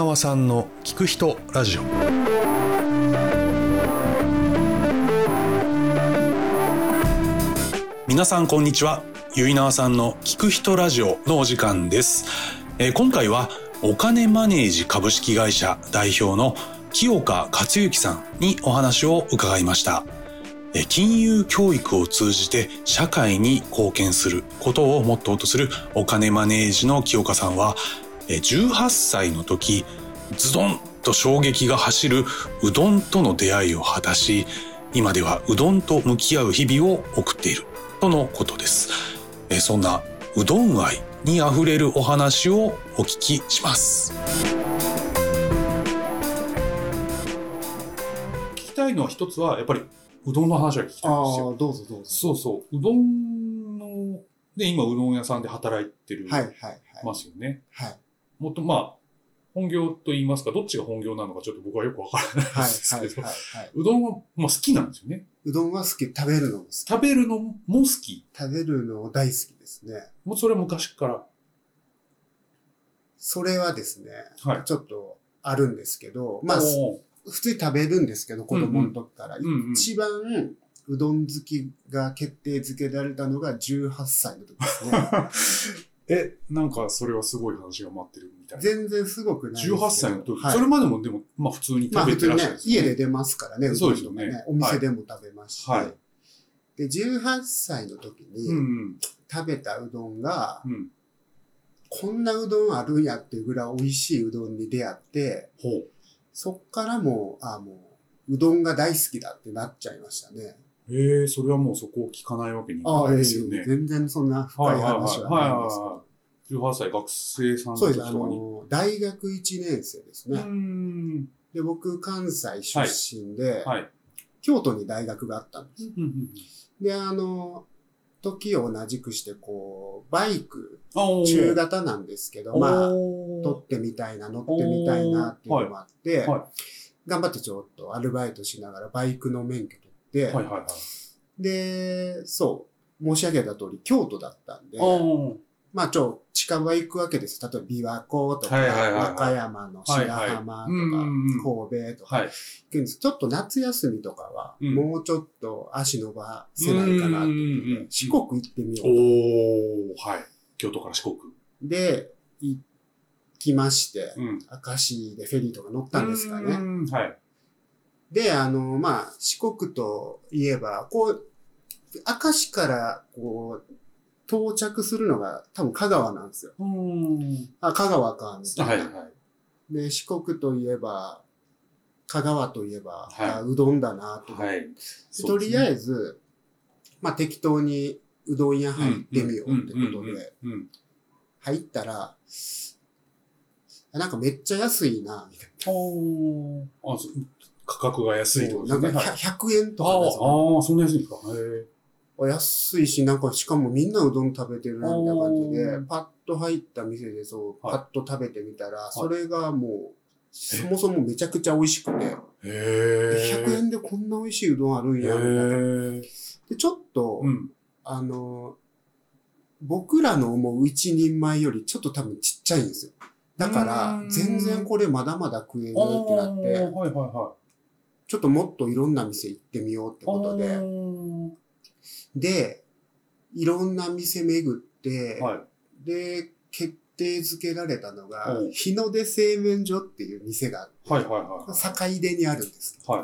縄さんの聞く人ラジオ。皆さんこんにちは。結縄さんの聞く人ラジオのお時間です。今回はお金マネージ株式会社代表の清岡克幸さんにお話を伺いました。金融教育を通じて社会に貢献することをモットーとするお金マネージの清岡さんは、18歳の時ズドンと衝撃が走るうどんとの出会いを果たし、今ではうどんと向き合う日々を送っているとのことです。そんなうどん愛にあふれるお話をお聞きします。聞きたいのは一つはやっぱりうどんの話は聞きたいんですよ。 どうぞどうぞ。 そうそう。うどんので今うどん屋さんで働いてるますよね。 はい。 もっと本業と言いますか、どっちが本業なのかちょっと僕はよくわからないですけど、うどんは好きなんですよね。 うどんは好き、食べるのも好き。 食べるのも好き。 食べるの大好きですね。 もうそれは昔から。 それはですね、 はい、 ちょっとあるんですけど、普通に食べるんですけど、子供の時から。一番うどん好きが決定づけられたのが18歳の時ですね。 なんかそれはすごい話が待ってるみたいな。 全然すごくないですけど。 18歳の時、それまでもでも普通に食べてらっしゃるんですね。 家で出ますからね、うどんとかね。お店でも食べますし。で、18歳の時に食べたうどんが、こんなうどんあるんやっていうぐらい美味しいうどんに出会って、そっからもうどんが大好きだってなっちゃいましたね。 それはもうそこを聞かないわけにいかないですよね。 全然そんな深い話はないんですけど。 18歳学生さんの時とかに。 そうです。大学1年生ですね。で、僕、関西出身で、京都に大学があったんです。で、時を同じくして、バイク、中型なんですけど、乗ってみたいなっていうのもあって、頑張ってちょっとアルバイトしながらバイクの免許取って、で、申し上げた通り京都だったんで、近場行くわけです。例えば琵琶湖とか、和歌山の白浜とか、神戸とか行くんです。ちょっと夏休みとかは、もうちょっと足伸ばせないかなと思って、四国行ってみようと。 京都から四国。 で、行きまして、明石でフェリーとか乗ったんですかね。で、四国といえば、明石から、到着するのが多分香川なんですよ。香川か、みたいな。で、四国といえば、香川といえば、うどんだなと思って。とりあえず、適当にうどん屋入ってみようってことで、入ったら、なんかめっちゃ安いな、みたいな。 価格が安いってことですね。 なんか100円とかそんな安いんですか。 安いし、しかもみんなうどん食べてるな、みたいな感じで、パッと入った店でパッと食べてみたら、それがもう、そもそもめちゃくちゃ美味しくて、100円でこんな美味しいうどんあるんや、みたいな。で、ちょっと、僕らの思う一人前よりちょっと多分ちっちゃいんですよ。だから、全然これまだまだ食えるってなって、ちょっともっといろんな店行ってみようってことで、で、いろんな店巡って、で、決定づけられたのが、日の出製麺所っていう店があって、坂出にあるんですけど、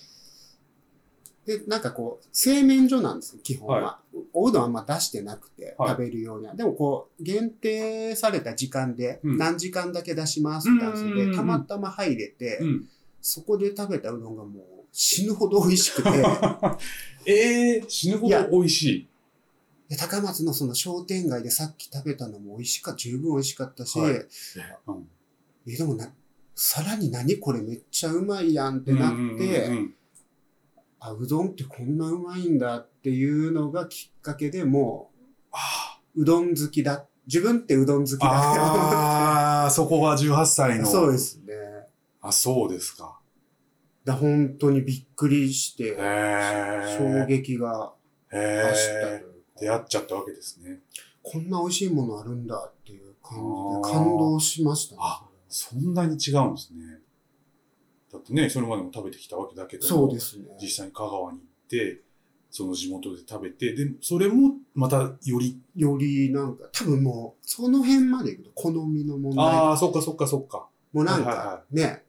で、製麺所なんですよ、基本は。おうどんあんま出してなくて、食べるようには。でも限定された時間で、何時間だけ出しますって感じで、たまたま入れて、そこで食べたうどんがもう死ぬほど美味しくて。 死ぬほど美味しい。 高松のその商店街でさっき食べたのも十分美味しかったし、でもさらに何これめっちゃうまいやんってなって、うどんってこんなうまいんだっていうのがきっかけでもう、うどん好きだ。自分ってうどん好きだ。 そこが18歳の。 そうですね。 そうですか。 本当にびっくりして、衝撃が走った。 出会っちゃったわけですね。 こんな美味しいものあるんだっていう感じで感動しましたね。 そんなに違うんですね。だってね、それまでも食べてきたわけだけども、 そうですね。 実際に香川に行って、その地元で食べて、で、それもまたよりなんか、多分もう、その辺まで行くと好みの問題。 ああ、そっかそっかそっか。 もうなんか、ね、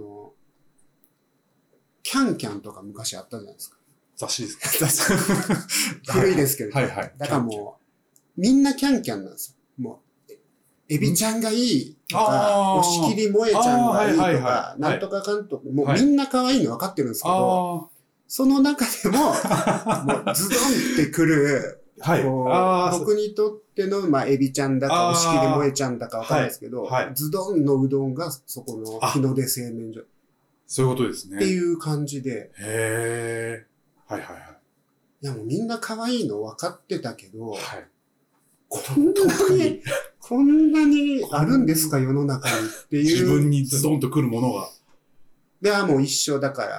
キャンキャンとか昔あったじゃないですか。 雑誌ですか古いですけど。 はいはい。 だからもう、みんなキャンキャンなんですよ。もう、エビちゃんがいいとか、押し切り萌えちゃんがいいとか、なんとかかんとか、もうみんな可愛いの分かってるんですけど、その中でも、もうズドンってくる、僕にとっての、まあ、エビちゃんだか、押し切り萌えちゃんだか分かんないですけど、ズドンのうどんがそこの日の出製麺所。 そういうことですね。 っていう感じで。 へー。はいはいはい。 いやもうみんな可愛いの分かってたけど、 はい、 こんなにあるんですか世の中にっていう。 自分にズドンと来るものが。 ではもう一生だから、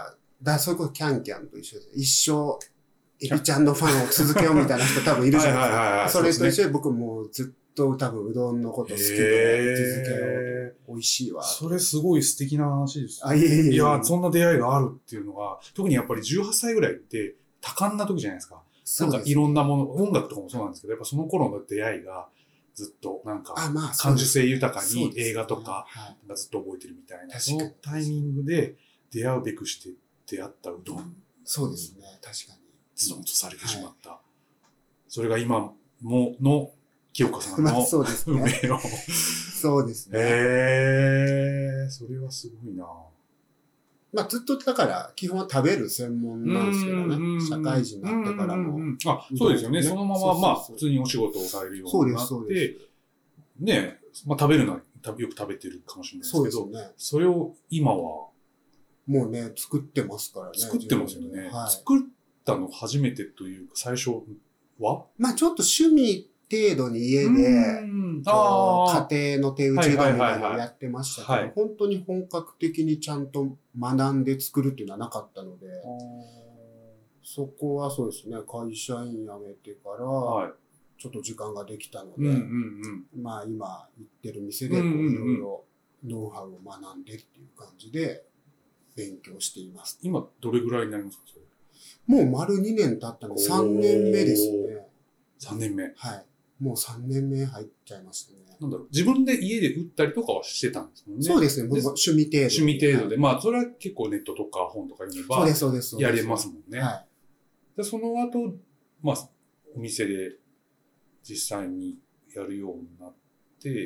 そういうことキャンキャンと一緒です。一生、エビちゃんのファンを続けようみたいな人多分いるじゃないですか。それと一緒で僕もずっと多分うどんのこと好きで続けようと。美味しいわ。 それすごい素敵な話です、 ね。いや、そんな出会いがあるっていうのが、特にやっぱり18歳ぐらいって多感な時じゃないですか。なんかいろんなもの、音楽とかもそうなんですけど、やっぱその頃の出会いがずっとなんか感受性豊かに映画とかずっと覚えてるみたいな、そのタイミングで出会うべくして出会ったうどん。 そうですね、確かに。 ズドンとされてしまった。それが今もの清香さんの運命を。 そうですね。 それはすごいな。 まあずっとだから基本は食べる専門なんですけどね。社会人になってからも。 そうですよね。そのまままあ普通にお仕事をされるようになって、ね、まあ食べるのはよく食べてるかもしれないですけど、それを今はもうね、作ってますからね。 作ってますよね。作ったの初めてというか最初はまあちょっと趣味程度に家で、家庭の手打ちうどんみたいなのをやってましたけど、本当に本格的にちゃんと学んで作るっていうのはなかったので、そこはそうですね、会社員辞めてから、ちょっと時間ができたので、まあ今行ってる店でいろいろノウハウを学んでっていう感じで勉強しています。 今どれぐらいになりますか、それ？ もう丸2年経ったので3年目ですね。 3年目。 はい。もう3年目入っちゃいましたね。 なんだろう、自分で家で打ったりとかはしてたんですもんね。 そうですね、趣味程度。 趣味程度で。まあ、それは結構ネットとか本とか読めば、やれますもんね。はい。で、その後、まあ、お店で実際にやるようになって、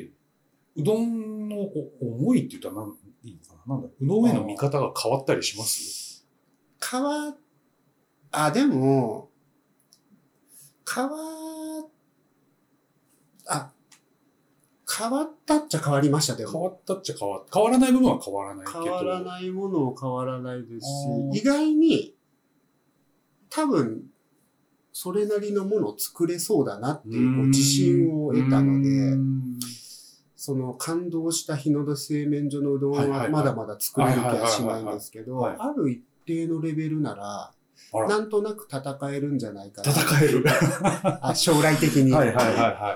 うどんの思いって言ったらいいのかな、なんだろう、うどんへの見方が変わったりします？ でも、変わったっちゃ変わりましたけど。 変わったっちゃ変わらない部分は変わらないけど。 変わらないものも変わらないですし、意外に、多分、それなりのものを作れそうだなっていう自信を得たので、その感動した日の出製麺所のうどんはまだまだ作れる気はしないんですけど、ある一定のレベルなら、なんとなく戦えるんじゃないかな。 戦える将来的に。 はいはいはいはい。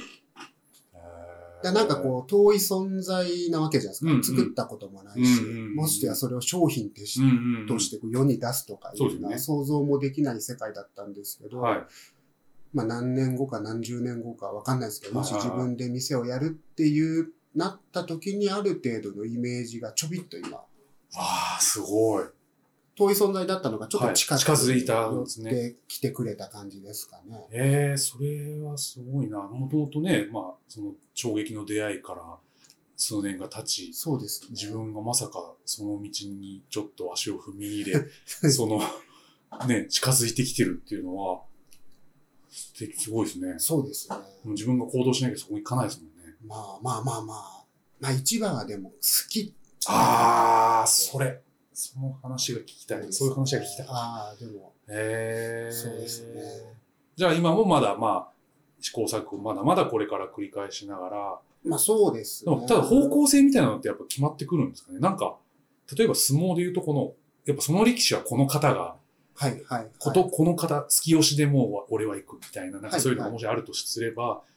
なんかこう、遠い存在なわけじゃないですか。作ったこともないし、ましてやそれを商品として世に出すとかいうのは想像もできない世界だったんですけど、まあ何年後か何十年後かわかんないですけど、もし自分で店をやるっていうなった時にある程度のイメージがちょびっと今。 すごい。 遠い存在だったのがちょっと近づいたんですね。 で来てくれた感じですかね。 それはすごいな。もともとね、まあ、その衝撃の出会いから数年が経ち、 そうですね。 自分がまさかその道にちょっと足を踏み入れ、その、ね、近づいてきてるっていうのは、すごいですね。 そうですね。 自分が行動しなきゃそこ行かないですもんね。 まあ一番はでも好き。 それ。その話が聞きたい。そういう話が聞きたい。 でも。そうですね。 じゃあ今もまだまあ、試行錯誤まだまだこれから繰り返しながら。 まあそうですね。 ただ方向性みたいなのってやっぱ決まってくるんですかね。なんか、例えば相撲で言うとやっぱその力士はこの方が、この方、突き押しでもう俺は行くみたいな、なんかそういうのがもしあるとすれば、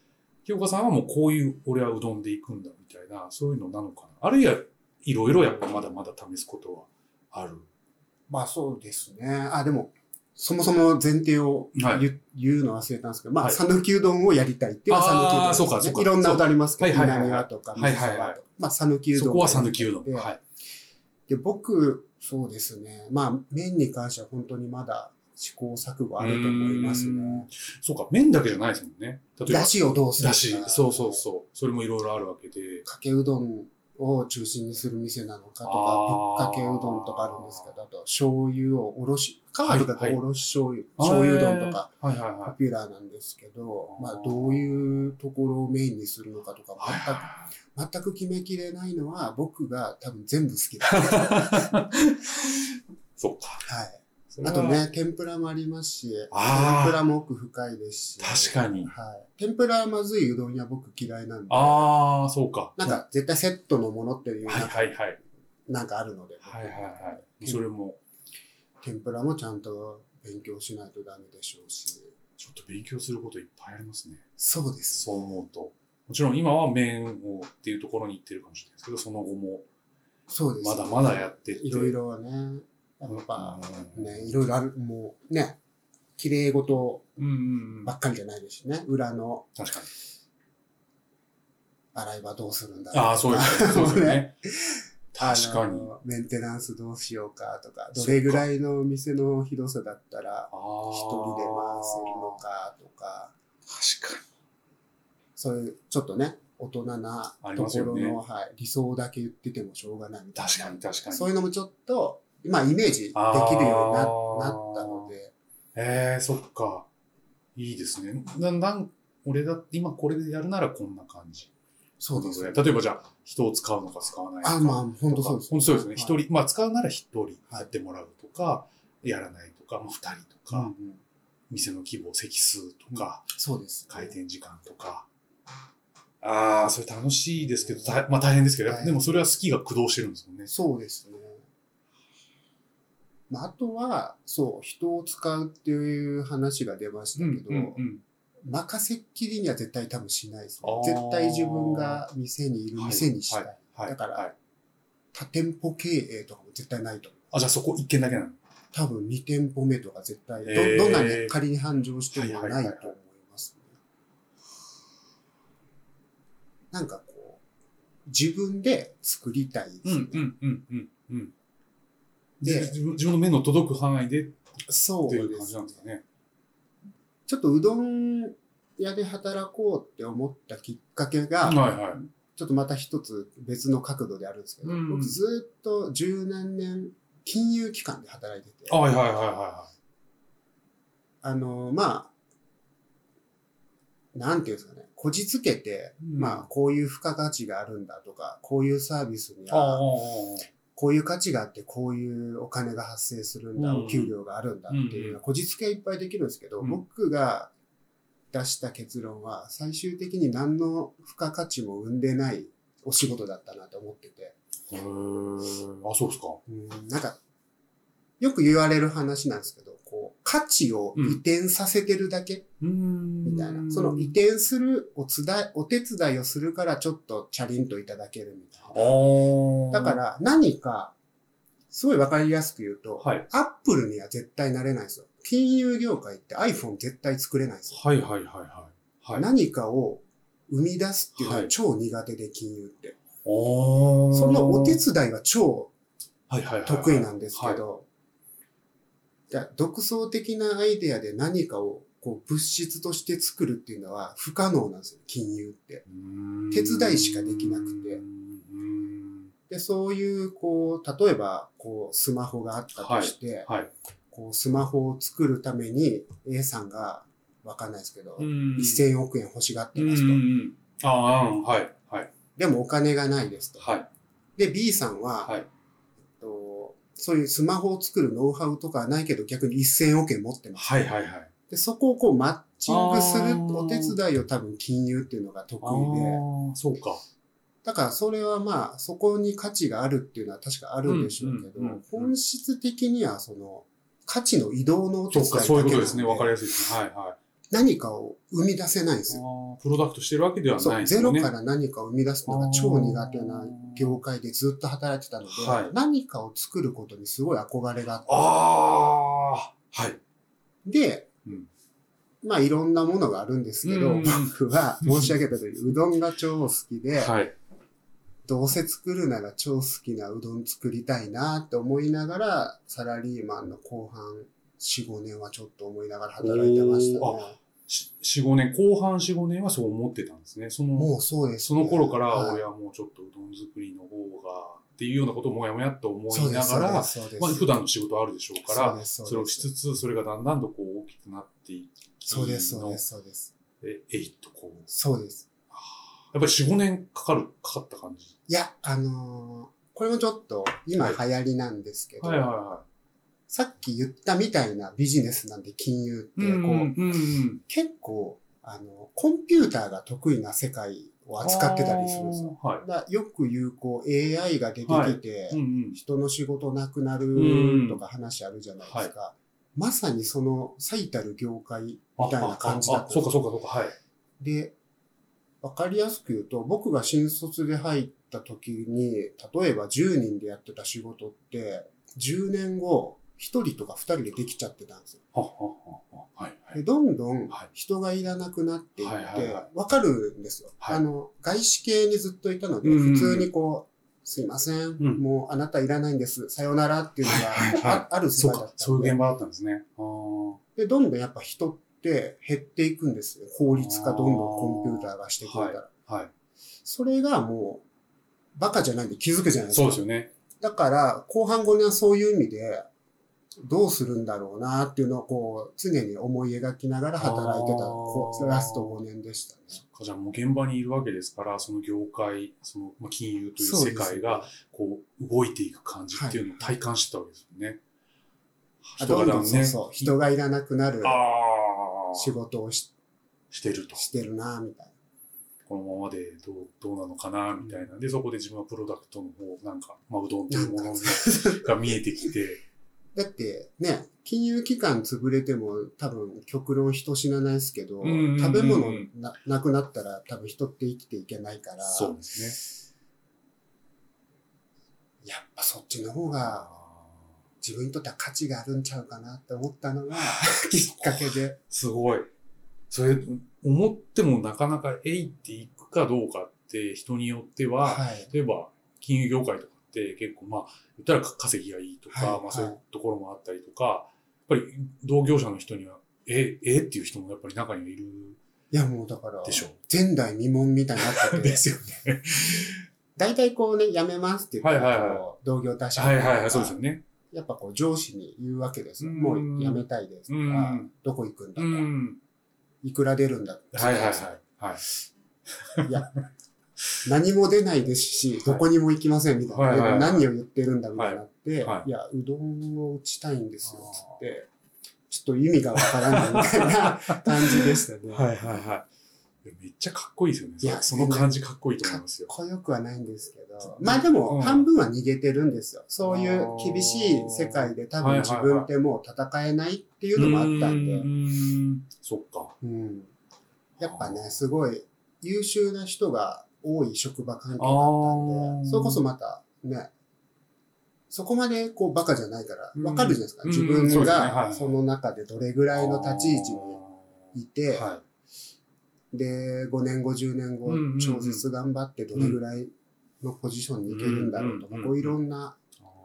清岡さんはもうこういう、俺はうどんで行くんだみたいな、そういうのなのかな。あるいは、いろいろやっぱまだまだ試すことはある。 まあそうですね。でも、そもそも前提を言うの忘れたんですけど、まあ、讃岐うどんをやりたいっていうのは讃岐うどんですね。 そうか、そうか。 いろんなうどんありますけど、 南輪とか、味噌沢とか。まあ、讃岐うどん。 そこは讃岐うどん。はい。 で、僕、そうですね。まあ、麺に関しては本当にまだ試行錯誤あると思いますね。 そうか、麺だけじゃないですもんね。 例えば。だしをどうするか。 だし、そうそうそう。それもいろいろあるわけで。 かけうどんを中心にする店なのかとか、ぶっかけうどんとかあるんですけど、あと、醤油をおろし、カールだとおろし醤油、醤油うどんとか、ポピュラーなんですけど、まあ、どういうところをメインにするのかとか、全く決めきれないのは、僕が多分全部好きだ。 そうか。 はい。あとね、天ぷらもありますし、天ぷらも奥深いですし。確かに。 はい。天ぷらまずいうどん屋僕嫌いなんで。 そうか。 なんか絶対セットのものっていうはいはい。 なんかあるので。 はいはいはい。それも。 天ぷらもちゃんと勉強しないとダメでしょうし。 ちょっと勉強することいっぱいありますね。 そうです。 そう思うと。もちろん今は麺をっていうところに行ってるかもしれないですけど、その後も。 そうです。 まだまだやってって。 いろいろね。やっぱね、いろいろある、もうね、綺麗事ばっかりじゃないですしね。裏の。 確かに。 洗い場どうするんだろう。 そうですね。確かに。 メンテナンスどうしようかとか、どれぐらいの店の広さだったら、一人で回せるのかとか。 確かに。 そういう、ちょっとね、大人なところの、理想だけ言っててもしょうがないみたいな。 確かに確かに。 そういうのもちょっと、まあ、イメージできるようになったので。 そっか。いいですね。俺だって今これでやるならこんな感じ。 そうですね。 例えばじゃあ、人を使うのか使わないのか。 まあ、本当そうです。 本当そうですね。一人、まあ、使うなら一人やってもらうとか、やらないとか、二人とか、店の規模、席数とか、 そうです。 開店時間とか。それ楽しいですけど、まあ大変ですけど、でもそれは好きが駆動してるんですもんね。 そうですね。まあ、あとは、そう、人を使うっていう話が出ましたけど、任せっきりには絶対多分しないですね。絶対自分が店にいる店にしたい。だから、多店舗経営とかも絶対ないと思う。 じゃあそこ一軒だけなの？ 多分2店舗目とか絶対、どんなに仮に繁盛してもないと思いますね。なんかこう、自分で作りたいですね。 で、自分の目の届く範囲で、 そうっていう感じなんですかね。 ちょっとうどん屋で働こうって思ったきっかけが、ちょっとまた一つ別の角度であるんですけど、僕ずっと十何年金融機関で働いてて、まあ、なんていうんですかね、こじつけて、まあ、こういう付加価値があるんだとか、こういうサービスには、こういう価値があってこういうお金が発生するんだ、お給料があるんだっていうのはこじつけはいっぱいできるんですけど、僕が出した結論は最終的に何の付加価値も生んでないお仕事だったなと思ってて。 そうですか。 なんか、よく言われる話なんですけど、こう、価値を移転させてるだけみたいな。その移転するお手伝いをするからちょっとチャリンといただけるみたいな。だから何か、すごいわかりやすく言うと、アップルには絶対なれないですよ。金融業界って iPhone 絶対作れないですよ。何かを生み出すっていうのは超苦手で、金融って。そのお手伝いは超得意なんですけど、独創的なアイデアで何かをこう物質として作るっていうのは不可能なんですよ、金融って。手伝いしかできなくて。で、そういう、こう、例えば、こう、スマホがあったとして、こう、スマホを作るために A さんが、わかんないですけど、1000億円欲しがってますと。でもお金がないですと。で、B さんは、そういうスマホを作るノウハウとかはないけど逆に1000億円持ってます。で、そこをこうマッチングするお手伝いを多分金融っていうのが得意で。 そうか。 だからそれはまあそこに価値があるっていうのは確かあるんでしょうけど、本質的にはその価値の移動のお手伝いだけそうか、そういうことですね。わかりやすいですね。 何かを生み出せないんですよ。 プロダクトしてるわけではないですよね。 ゼロから何かを生み出すのが超苦手な業界でずっと働いてたので、何かを作ることにすごい憧れがあった。はい。で、まあいろんなものがあるんですけど、僕は申し上げた通り、うどんが超好きで、どうせ作るなら超好きなうどん作りたいなって思いながら、サラリーマンの後半4、5年はちょっと思いながら働いてましたね。 4、5年、後半4、5年はそう思ってたんですね。 もうそうです、 ね。その頃から、俺はもうちょっとうどん作りの方が、っていうようなことをもやもやっと思いながら、まあ普段の仕事あるでしょうから、それをしつつ、それがだんだんとこう大きくなっていき、 そうです。そうです。 やっぱり4、5年かかった感じ。 いや、これもちょっと今流行りなんですけど、さっき言ったみたいなビジネスなんで金融って結構コンピューターが得意な世界を扱ってたりするんですよ。よく言うAI が出てきて人の仕事なくなるとか話あるじゃないですか。まさにその最たる業界みたいな感じだったんです。 そうか。 で、わかりやすく言うと、僕が新卒で入った時に、例えば10人でやってた仕事って、10年後、1人とか2人でできちゃってたんですよ。でどんどん人がいらなくなっていって、わかるんですよ。外資系にずっといたので、普通にすいません、もうあなたいらないんです、さよならっていうのがある世界だったんで。 そういう現場だったんですね。 で、どんどんやっぱ人って減っていくんですよ。法律化どんどんコンピューターがしてくれたら。それがもう、バカじゃないんで気づくじゃないですか。 そうですよね。 だから、後半5年はそういう意味で、どうするんだろうなっていうのを常に思い描きながら働いてたラスト5年でしたね。 じゃあもう現場にいるわけですから、その業界、金融という世界が動いていく感じっていうのを体感してたわけですよね。 どんどん人がいらなくなる仕事をしてるなみたいな。 このままでどうなのかなみたいな。で、そこで自分はプロダクトの方、うどんというものが見えてきて。 だってね、金融機関潰れても多分極論人死なないですけど、食べ物なくなったら多分人って生きていけないから。 そうですね。やっぱそっちの方が自分にとっては価値があるんちゃうかなって思ったのがきっかけで。 すごい。それ、思ってもなかなかっていくかどうかって人によっては、例えば金融業界とかって結構言ったら稼ぎがいいとか、そういうところもあったりとか、やっぱり同業者の人には、っていう人もやっぱり中にはいる。いやもうだから、 でしょう。 前代未聞みたいになってて。 ですよね。 大体辞めますって言って、同業他社そうですよね。 やっぱ上司に言うわけですよ。もう辞めたいですとか、どこ行くんだとか、いくら出るんだって。いや、何も出ないですし、どこにも行きませんみたいな。何を言ってるんだみたいになって、いや、うどんを打ちたいんですよって、ちょっと意味がわからないみたいな感じでしたね。 めっちゃかっこいいですよね。いや、その感じかっこいいと思いますよ。 かっこよくはないんですけど、でも半分は逃げてるんですよ。そういう厳しい世界で多分自分ってもう戦えないっていうのもあったんで。 そっか。 やっぱね、すごい優秀な人が多い職場環境だったんで、それこそまたね、そこまでバカじゃないからわかるじゃないですか。自分がその中でどれぐらいの立ち位置にいて、で、5年後、10年後、超絶頑張ってどれぐらいのポジションに行けるんだろうとか、いろんな、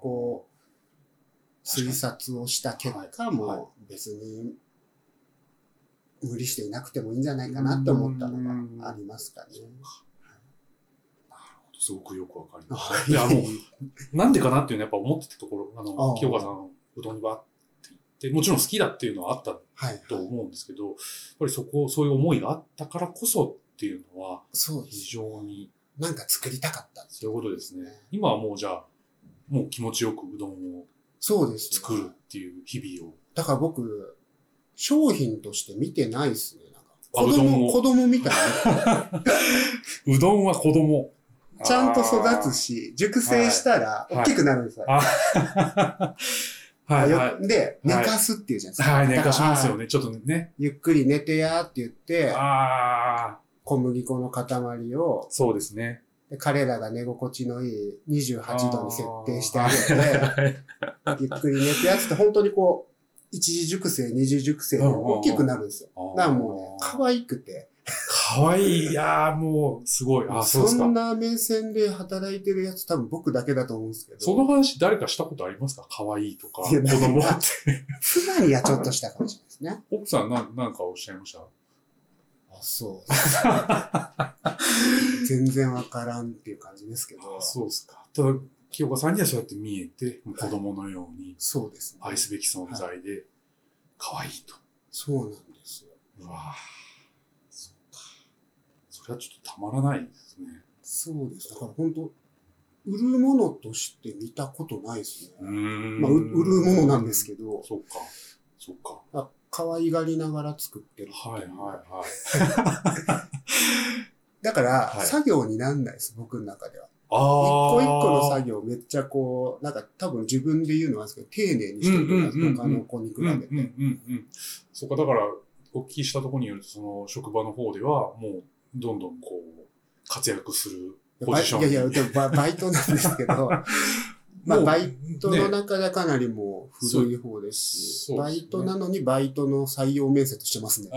推察をした結果も別に無理していなくてもいいんじゃないかなって思ったのがありますかね。 なるほど、すごくよくわかります。いや、もう、なんでかなっていうのはやっぱ思ってたところ、清川さん、うどんにばって言って、もちろん好きだっていうのはあったと思うんですけど、やっぱりそういう思いがあったからこそっていうのは、非常に。 なんか作りたかった。 そういうことですね。今はもうじゃあ、もう気持ちよくうどんを作るっていう日々を。 だから僕、商品として見てないですね。 子供みたいな。うどんは子供。 ちゃんと育つし、熟成したら大きくなるんですよ。 はいはい。 で、寝かすっていうじゃないですか。 はい、寝かしますよね。ちょっとね。 ゆっくり寝てやって言って、 ああ。 小麦粉の塊を、 そうですね。 で彼らが寝心地のいい28度に設定してあげて、ゆっくり寝てやつって本当にこう、一次熟成、二次熟成で大きくなるんですよ。だからもうね、可愛くて。 可愛い。いやーもう、すごい。あ、そうですか。 そんな目線で働いてるやつ多分僕だけだと思うんですけど。 その話誰かしたことありますか？可愛いとか、子供って。 妻にはちょっとしたかもしれないですね。 奥さんなんかおっしゃいました？ あ、そう。全然わからんっていう感じですけど。 あ、そうですか。ただ、清香さんにはそうやって見えて、子供のように、 そうですね。 愛すべき存在で、可愛いと。 そうなんですよ。 うわぁ。そうか。それはちょっとたまらないですね。 そうです。だから本当売るものとして見たことないですね。まあ、売るものなんですけど。 そっか。そっか。 可愛がりながら作ってるっていう。 はいはいはい。 だから、作業になんないです、僕の中では。一個一個の作業めっちゃこう、なんか多分自分で言うのはですけど、丁寧にしてると思います、他の子に比べて。 そっか、だから、お聞きしたところによると、その職場の方では、もう、どんどんこう、活躍するポジション。 いや、でもバイトなんですけど、まあ、バイトの中でかなりもう古い方ですし、バイトなのにバイトの採用面接してますね。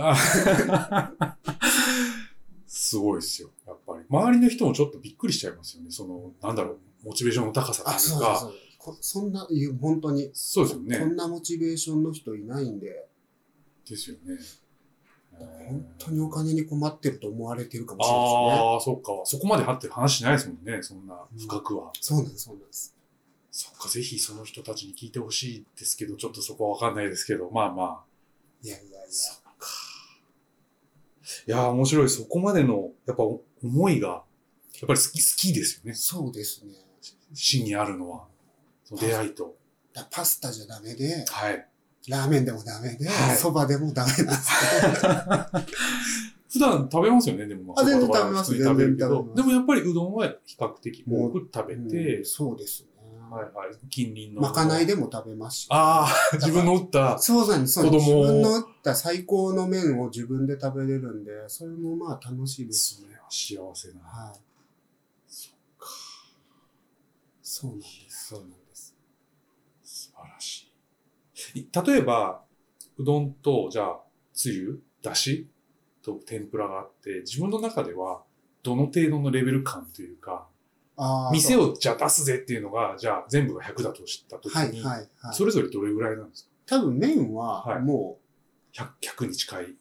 すごいですよ、やっぱり。周りの人もちょっとびっくりしちゃいますよね。その、なんだろう、モチベーションの高さというか。 そんな、本当に。 そうですよね。 こんなモチベーションの人いないんで。 ですよね。 本当にお金に困ってると思われてるかもしれないですね。 ああ、そっか。そこまで張って話しないですもんね、そんな深くは。 そうなんです、そうなんです。 そっか、ぜひその人たちに聞いてほしいですけど、ちょっとそこはわかんないですけど、まあまあ。 いや。 そっか。いや、面白い。そこまでの、やっぱ思いが、やっぱり好きですよね。 そうですね。 真にあるのは、その出会いと。 パスタじゃダメで、 はい。 ラーメンでもダメで、蕎麦でもダメなんです普段食べますよね、でも。 全然食べます、 全然でもやっぱりうどんは比較的多く食べて。 そうですね。 はいはい。近隣の。 まかないでも食べますし。 ああ、自分の打った。 そうなんです。子供。自分の打った最高の麺を自分で食べれるんで、それもまあ楽しいです。 それは幸せな。 はい。そっか。そうなんです。そうなんです。 素晴らしい。例えば、うどんと、じゃあ、つゆ、だしと天ぷらがあって、自分の中では、どの程度のレベル感というか、店をじゃあ出すぜっていうのが、じゃあ全部が100だとしたときに、それぞれどれぐらいなんですか？ 多分麺はもう、100に近い。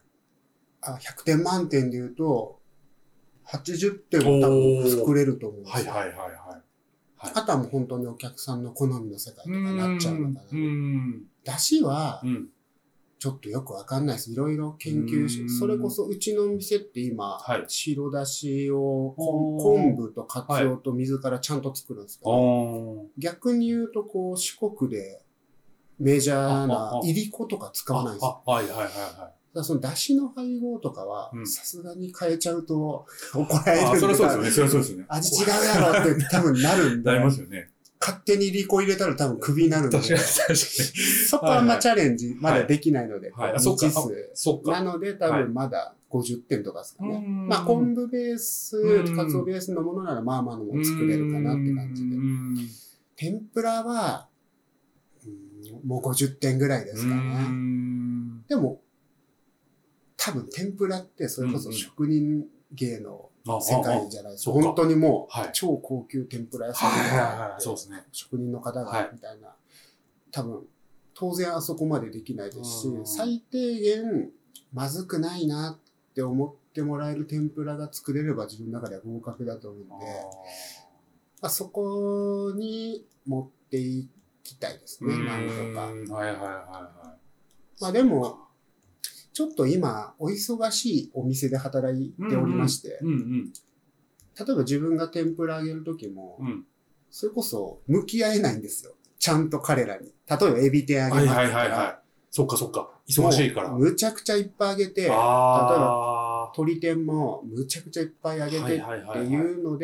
100点満点で言うと、80点は多分作れると思うんですよ。はい。あとはもう本当にお客さんの好みの世界とかになっちゃうのかな。だしは、ちょっとよくわかんないです。いろいろ研究し、それこそうちの店って今、白だしを昆布とカツオと水からちゃんと作るんですけど、逆に言うとこう四国でメジャーないりことか使わないんですよ。だその出汁の配合とかは、さすがに変えちゃうと怒られるんで。 それはそうですよね。 味違うやろって多分なるんで。 なりますよね。 勝手にリコ入れたら多分クビになるんで。 確かに。 そこはあんまチャレンジまだできないので。未知数。なので多分まだ50点とかですかね。まあ昆布ベース、カツオベースのものならまあまあのも作れるかなって感じで。天ぷらは、もう50点ぐらいですかね。でも、多分天ぷらってそれこそ職人芸の世界じゃないですか。本当にもう超高級天ぷら屋さんが職人の方がみたいな。多分、当然あそこまでできないですし、最低限まずくないなって思ってもらえる天ぷらが作れれば自分の中では合格だと思うんで、まあ、そこに持っていきたいですね、なんとか。まあでも、ちょっと今、お忙しいお店で働いておりまして、例えば自分が天ぷらあげるときも、それこそ向き合えないんですよ。ちゃんと彼らに。例えばエビ天あげますから。 そっかそっか。忙しいから。 むちゃくちゃいっぱいあげて、例えば鶏天もむちゃくちゃいっぱいあげてっていうので、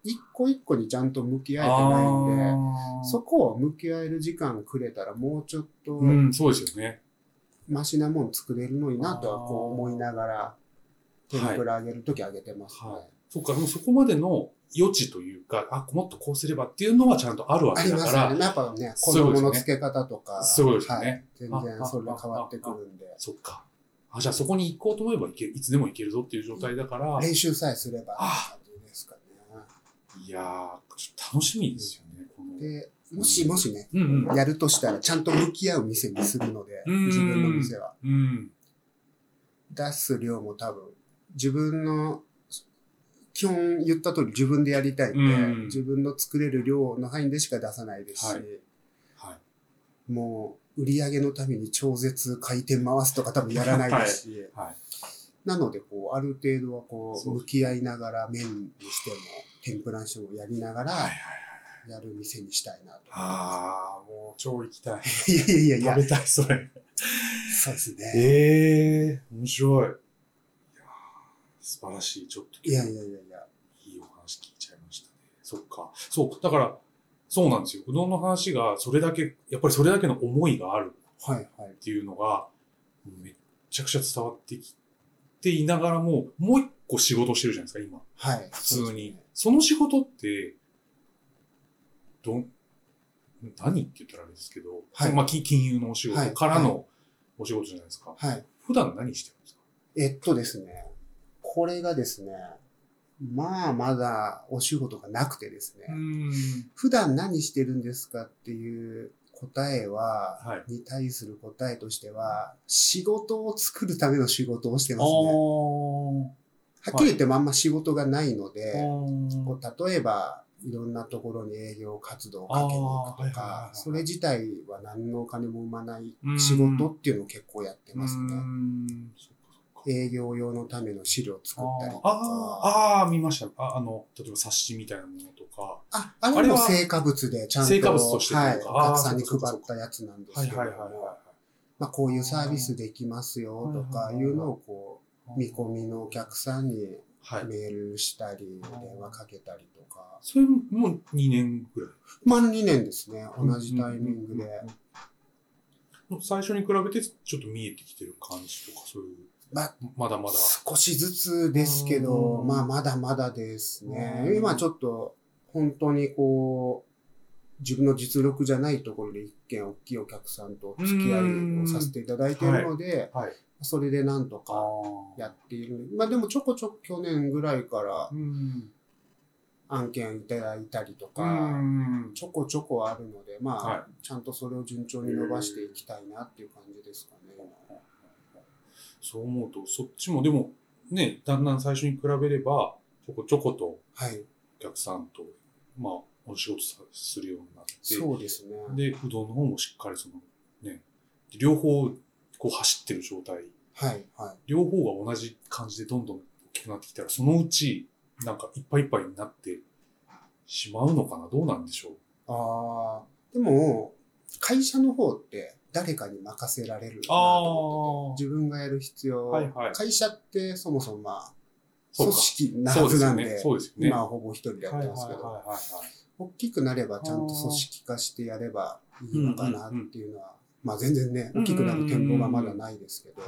一個一個にちゃんと向き合えてないんで、そこを向き合える時間くれたらもうちょっと、 そうですよね。 マシなもん作れるのになとはこう思いながら、天ぷら揚げるとき揚げてますね。 そうか、でもそこまでの余地というか、もっとこうすればっていうのはちゃんとあるわけだから。 ありますよね。やっぱね、子供の付け方とか。 そうですよね。 全然それで変わってくるんで。 そっか。じゃあそこに行こうと思えばいつでも行けるぞっていう状態だから。 練習さえすればって感じですかね。 いやー、楽しみですよね。 で、もしね、やるとしたらちゃんと向き合う店にするので、自分の店は。出す量も多分、自分の、基本言った通り自分でやりたいんで、自分の作れる量の範囲でしか出さないですし、もう売り上げのために超絶回転回すとか多分やらないですし、なのでこう、ある程度はこう、向き合いながら麺にしても、天ぷらにしてもやりながら、やる店にしたいなと。 もう超行きたい。 いや食べたい、それ。 そうですね。 面白い。素晴らしい。ちょっと。 いいお話聞いちゃいましたね。そっか。そう。だから、そうなんですよ。うどんの話が、やっぱりそれだけの思いがある。っていうのが、めっちゃくちゃ伝わってきていながらも、もう一個仕事してるじゃないですか、今。普通に。その仕事って、何って言ったらあれですけど、金融のお仕事からのお仕事じゃないですか。普段何してるんですか？ ですね。これがですね、まだお仕事がなくてですね、普段何してるんですかっていう答えは、に対する答えとしては、仕事を作るための仕事をしてますね。はっきり言ってもあんま仕事がないので、例えば、いろんなところに営業活動をかけに行くとか、それ自体は何のお金も生まない仕事っていうのを結構やってますね。営業用のための資料を作ったりとか。 見ました。例えば冊子みたいなものとか。 あれも成果物でちゃんと、 成果物としてお客さんに配ったやつなんですけども、こういうサービスできますよとかいうのをこう、見込みのお客さんにメールしたり、電話かけたりとか。 それもう2年ぐらい 2年ですね。同じタイミングで。 最初に比べてちょっと見えてきてる感じとか、そういう。まだまだ。 少しずつですけど、まだまだですね。今ちょっと、本当にこう、自分の実力じゃないところで一見大きいお客さんと付き合いをさせていただいているので、それでなんとかやっている。でもちょこちょこ去年ぐらいから案件いただいたりとか、ちょこちょこあるので、ちゃんとそれを順調に伸ばしていきたいなっていう感じですかね。 そう思うと、そっちもでもね、だんだん最初に比べれば、ちょこちょことお客さんと、お仕事するようになって、 そうですね。 で、うどんの方もしっかり両方こう走ってる状態、両方が同じ感じでどんどん大きくなってきたら、そのうちなんかいっぱいいっぱいになってしまうのかな、どうなんでしょう。 でも会社の方って誰かに任せられるなと思ってて、自分がやる必要、会社ってそもそも組織なはずなんで、今はほぼ一人でやってますけど、大きくなればちゃんと組織化してやればいいのかなっていうのは、全然ね、大きくなる展望がまだないですけど。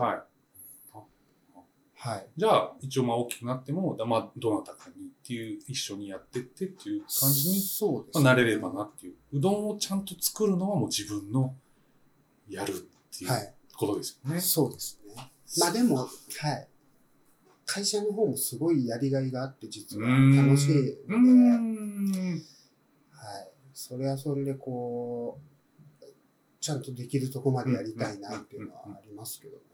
じゃあ、一応大きくなっても、どなたかにっていう、一緒にやってってっていう感じになれればなっていう。うどんをちゃんと作るのはもう自分のやるっていうことですよね。 そうですね。でも、会社の方もすごいやりがいがあって、実は楽しいので、それはそれでこう、ちゃんとできるとこまでやりたいなっていうのはありますけどね。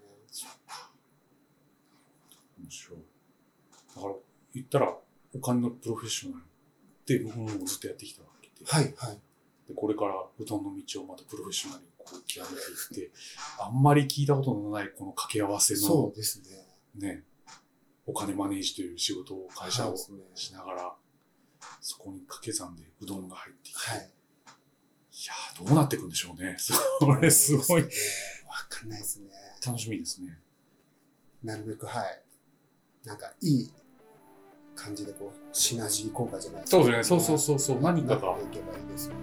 面白い。だから言ったらお金のプロフェッショナルって僕もずっとやってきたわけで、でこれからうどんの道をまたプロフェッショナルにこう極めていって、あんまり聞いたことのないこの掛け合わせのそうですね、お金マネージという仕事を会社をしながら、そこに掛け算でうどんが入ってきて、いやーどうなっていくんでしょうね。それすごい。 わかんないですね。 楽しみですね。 なるべくなんかいい感じでこうシナジー効果じゃないですか。そうですね。そう何かがなっていけばいいですよね。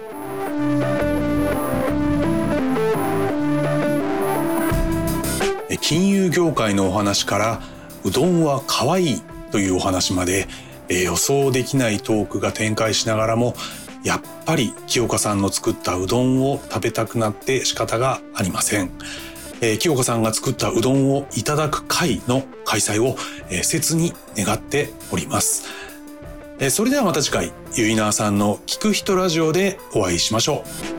金融業界のお話からうどんは可愛いというお話まで、予想できないトークが展開しながらも、やっぱり清香さんの作ったうどんを食べたくなって仕方がありません。清香さんが作ったうどんをいただく会の開催を、切に願っております。それではまた次回、ゆいなーさんの聞く人ラジオでお会いしましょう。